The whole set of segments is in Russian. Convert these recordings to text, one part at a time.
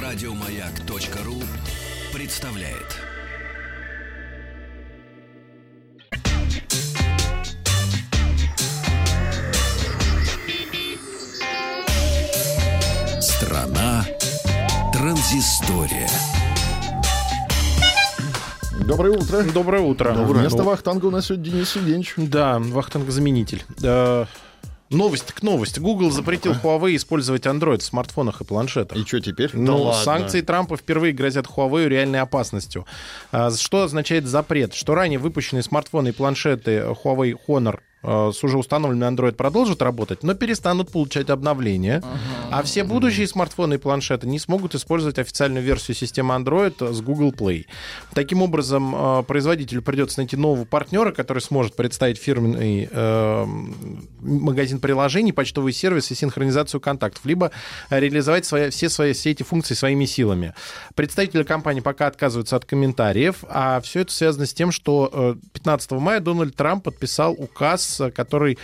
Радиомаяк.ру представляет. Страна транзистория. Доброе утро. Доброе утро. Вместо Вахтанга у нас сегодня Денис Евгеньевич. Да, Вахтанг-заменитель. Новость так новость. Google запретил Huawei использовать Android в смартфонах и планшетах. И что теперь? Санкции Трампа впервые грозят Huawei реальной опасностью. Что означает запрет? Что ранее выпущенные смартфоны и планшеты Huawei Honor с уже установленным Android продолжат работать, но перестанут получать обновления. А все будущие смартфоны и планшеты не смогут использовать официальную версию системы Android с Google Play. Таким образом, производителю придется найти нового партнера, который сможет представить фирменный магазин приложений, почтовый сервис и синхронизацию контактов, либо реализовать все эти функции своими силами. Представители компании пока отказываются от комментариев, а все это связано с тем, что 15 мая Дональд Трамп подписал указ, который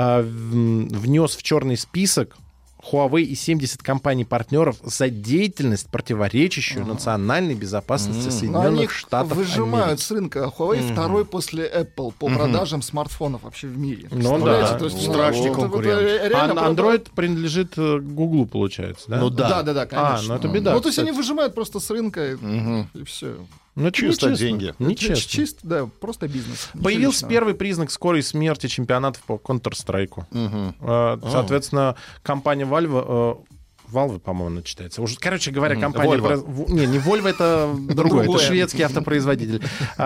внес в черный список Huawei и 70 компаний-партнеров за деятельность, противоречащую национальной безопасности Соединенных Штатов Америки. Выжимают с рынка. Huawei второй после Apple по продажам смартфонов вообще в мире. Ну да, то есть, страшный конкурент. Android принадлежит Гуглу, получается, да? Ну да. Да, конечно. Ну это беда. Ну то есть они выжимают просто с рынка и все. Ну, чисто деньги. Нечестно. Чисто, да, просто бизнес. Появился первый признак скорой смерти чемпионатов по Counter-Strike. Соответственно, компания Valve, по-моему, она читается. Уже, короче говоря, компания... Не Volvo, это другое. Это шведский автопроизводитель.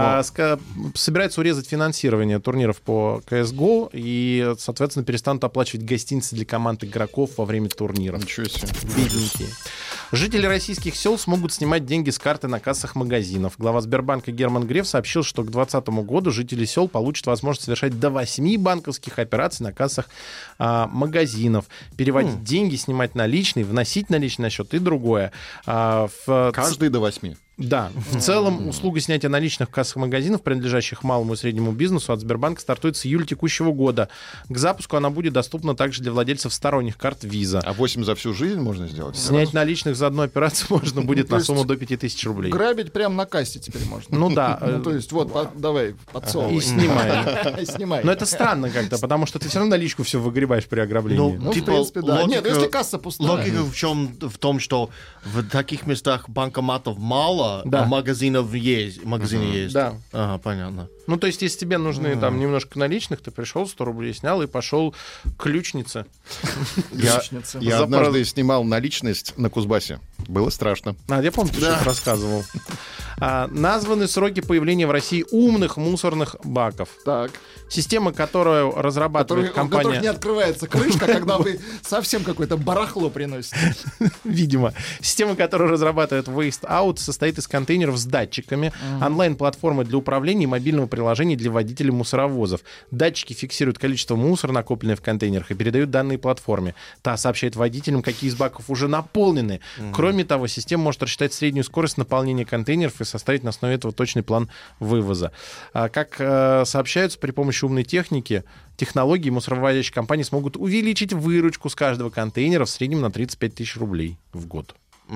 Собирается урезать финансирование турниров по CSGO и, соответственно, перестанут оплачивать гостиницы для команд игроков во время турниров. Ничего себе. Бедненькие. Жители российских сел смогут снимать деньги с карты на кассах магазинов. Глава Сбербанка Герман Греф сообщил, что к 2020 году жители сел получат возможность совершать до 8 банковских операций на кассах магазинов. Переводить деньги, снимать наличные, вносить наличные на счет и другое. Каждый до 8. Да, в целом услуга снятия наличных в кассах магазинов, принадлежащих малому и среднему бизнесу, от Сбербанка стартует с июля текущего года. К запуску она будет доступна также для владельцев сторонних карт Visa. А 8 за всю жизнь можно сделать? Снять наличных за одну операцию можно будет на сумму до 5000 рублей. Грабить прямо на кассе теперь можно. Ну да. Ну то есть вот, давай, подсовывай. И снимай. Но это странно как-то, потому что ты все равно наличку все выгребаешь при ограблении. Ну, в принципе, да. Нет, если касса пустая. Логика в том, что в таких местах банкоматов мало, да. А магазинов есть. Да. Ага, понятно. Ну, то есть, если тебе нужны там немножко наличных, ты пришел, 100 рублей снял и пошел к ключнице. Я однажды снимал наличность на Кузбассе. Было страшно. Я помню, ты что-то рассказывал. Названы сроки появления в России умных мусорных баков. Так. Система, которую разрабатывает компания... У которых не открывается крышка, когда вы совсем какое-то барахло приносите. Видимо. Система, которую разрабатывает Waste Out, состоит из контейнеров с датчиками, онлайн-платформы для управления и мобильного приложения для водителей мусоровозов. Датчики фиксируют количество мусора, накопленное в контейнерах, и передают данные платформе. Та сообщает водителям, какие из баков уже наполнены. Кроме того, система может рассчитать среднюю скорость наполнения контейнеров и составить на основе этого точный план вывоза. Как сообщается, при помощи умной техники, технологии мусоровозящие компании смогут увеличить выручку с каждого контейнера в среднем на 35 тысяч рублей в год.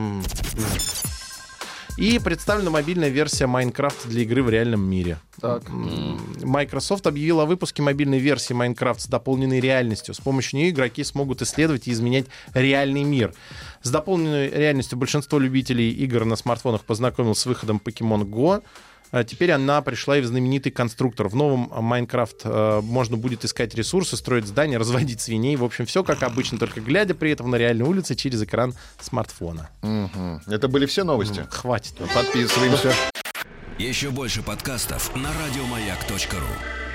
И представлена мобильная версия Minecraft для игры в реальном мире. Так. Microsoft объявила о выпуске мобильной версии Minecraft с дополненной реальностью. С помощью нее игроки смогут исследовать и изменять реальный мир. С дополненной реальностью большинство любителей игр на смартфонах познакомилось с выходом Pokemon Go. Теперь она пришла и в знаменитый конструктор. В новом Майнкрафт можно будет искать ресурсы, строить здания, разводить свиней. В общем, все как обычно, только глядя при этом на реальные улицы через экран смартфона. Это были все новости? Хватит. Подписываемся. Еще больше подкастов на радиомаяк.ру.